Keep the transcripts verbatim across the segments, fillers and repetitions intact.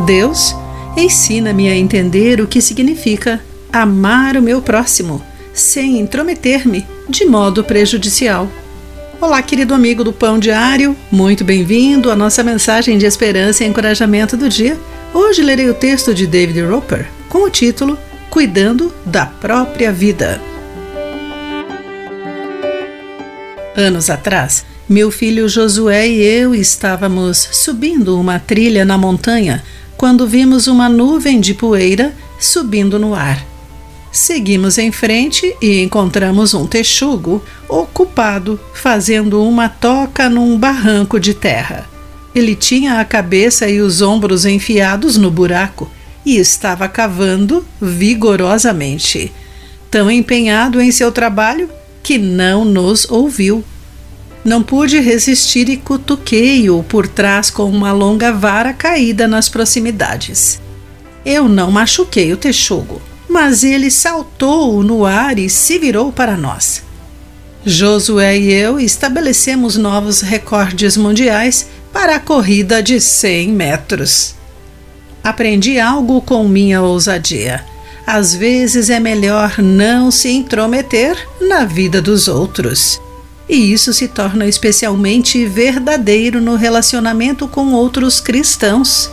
Deus, ensina-me a entender o que significa amar o meu próximo, sem intrometer-me de modo prejudicial. Olá, querido amigo do Pão Diário, muito bem-vindo à nossa mensagem de esperança e encorajamento do dia. Hoje lerei o texto de David Roper com o título Cuidando da Própria Vida. Anos atrás, meu filho Josué e eu estávamos subindo uma trilha na montanha quando vimos uma nuvem de poeira subindo no ar. Seguimos em frente e encontramos um texugo ocupado fazendo uma toca num barranco de terra. Ele tinha a cabeça e os ombros enfiados no buraco e estava cavando vigorosamente, tão empenhado em seu trabalho que não nos ouviu. Não pude resistir e cutuquei-o por trás com uma longa vara caída nas proximidades. Eu não machuquei o texugo, mas ele saltou no ar e se virou para nós. Josué e eu estabelecemos novos recordes mundiais para a corrida de cem metros. Aprendi algo com minha ousadia. Às vezes é melhor não se intrometer na vida dos outros. E isso se torna especialmente verdadeiro no relacionamento com outros cristãos.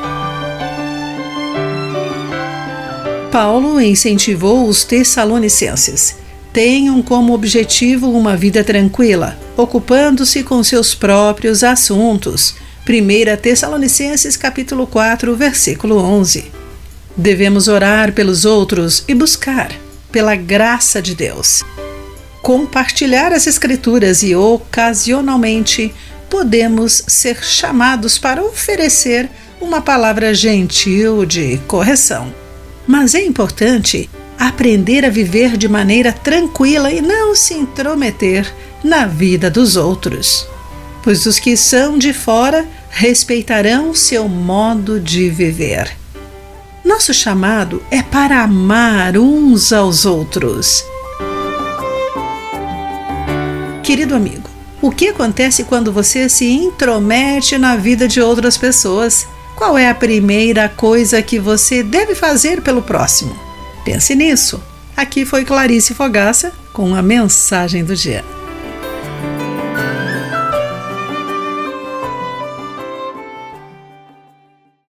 Paulo incentivou os tessalonicenses. Tenham como objetivo uma vida tranquila, ocupando-se com seus próprios assuntos. primeira Tessalonicenses capítulo quatro, versículo onze. Devemos orar pelos outros e buscar pela graça de Deus. Compartilhar as Escrituras e, ocasionalmente, podemos ser chamados para oferecer uma palavra gentil de correção. Mas é importante aprender a viver de maneira tranquila e não se intrometer na vida dos outros, pois os que são de fora respeitarão seu modo de viver. Nosso chamado é para amar uns aos outros. Querido amigo, o que acontece quando você se intromete na vida de outras pessoas? Qual é a primeira coisa que você deve fazer pelo próximo? Pense nisso. Aqui foi Clarice Fogaça com a mensagem do dia.